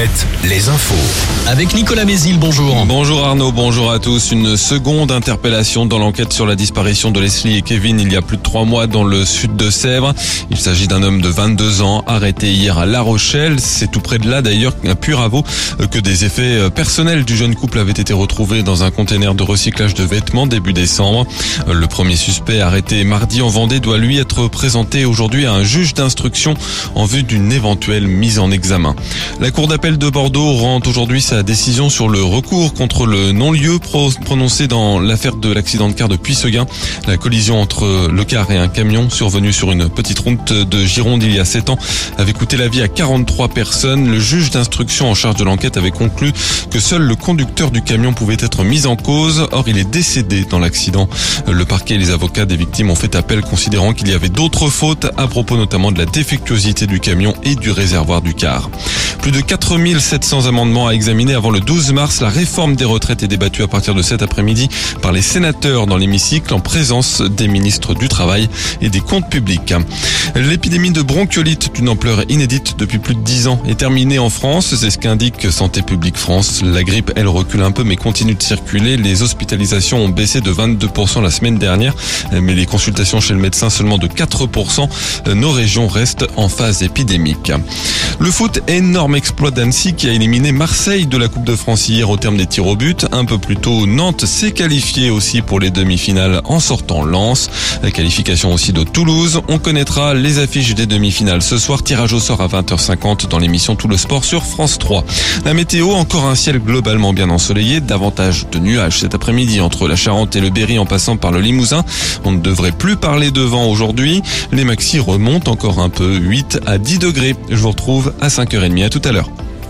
Mohamed, les infos. Avec Nicolas Mézil, bonjour. Bonjour Arnaud, bonjour à tous. Une seconde interpellation dans l'enquête sur la disparition de Leslie et Kevin il y a plus de 3 mois dans le sud de Sèvres. Il s'agit d'un homme de 22 ans arrêté hier à La Rochelle. C'est tout près de là d'ailleurs, à Puravo, que des effets personnels du jeune couple avaient été retrouvés dans un container de recyclage de vêtements début décembre. Le premier suspect arrêté mardi en Vendée doit lui être présenté aujourd'hui à un juge d'instruction en vue d'une éventuelle mise en examen. La Cour d'appel de Bordeaux rend aujourd'hui sa décision sur le recours contre le non-lieu prononcé dans l'affaire de l'accident de car de Puisseguin. La collision entre le car et un camion survenu sur une petite route de Gironde il y a 7 ans avait coûté la vie à 43 personnes. Le juge d'instruction en charge de l'enquête avait conclu que seul le conducteur du camion pouvait être mis en cause. Or, il est décédé dans l'accident. Le parquet et les avocats des victimes ont fait appel considérant qu'il y avait d'autres fautes à propos notamment de la défectuosité du camion et du réservoir du car. Plus de 4700 amendements à examiner avant le 12 mars. La réforme des retraites est débattue à partir de cet après-midi par les sénateurs dans l'hémicycle en présence des ministres du Travail et des Comptes publics. L'épidémie de bronchiolite d'une ampleur inédite depuis plus de 10 ans est terminée en France. C'est ce qu'indique Santé publique France. La grippe, elle, recule un peu mais continue de circuler. Les hospitalisations ont baissé de 22% la semaine dernière, mais les consultations chez le médecin seulement de 4%. Nos régions restent en phase épidémique. Le foot, énorme exploit d'Annecy qui a éliminé Marseille de la Coupe de France hier au terme des tirs au but. Un peu plus tôt, Nantes s'est qualifié aussi pour les demi-finales en sortant Lens. La qualification aussi de Toulouse. On connaîtra les affiches des demi-finales ce soir. Tirage au sort à 20h50 dans l'émission Tout le Sport sur France 3. La météo, encore un ciel globalement bien ensoleillé. Davantage de nuages cet après-midi entre la Charente et le Berry en passant par le Limousin. On ne devrait plus parler de vent aujourd'hui. Les maxis remontent encore un peu, 8 à 10 degrés. Je vous retrouve à 5h30. À tout à l'heure.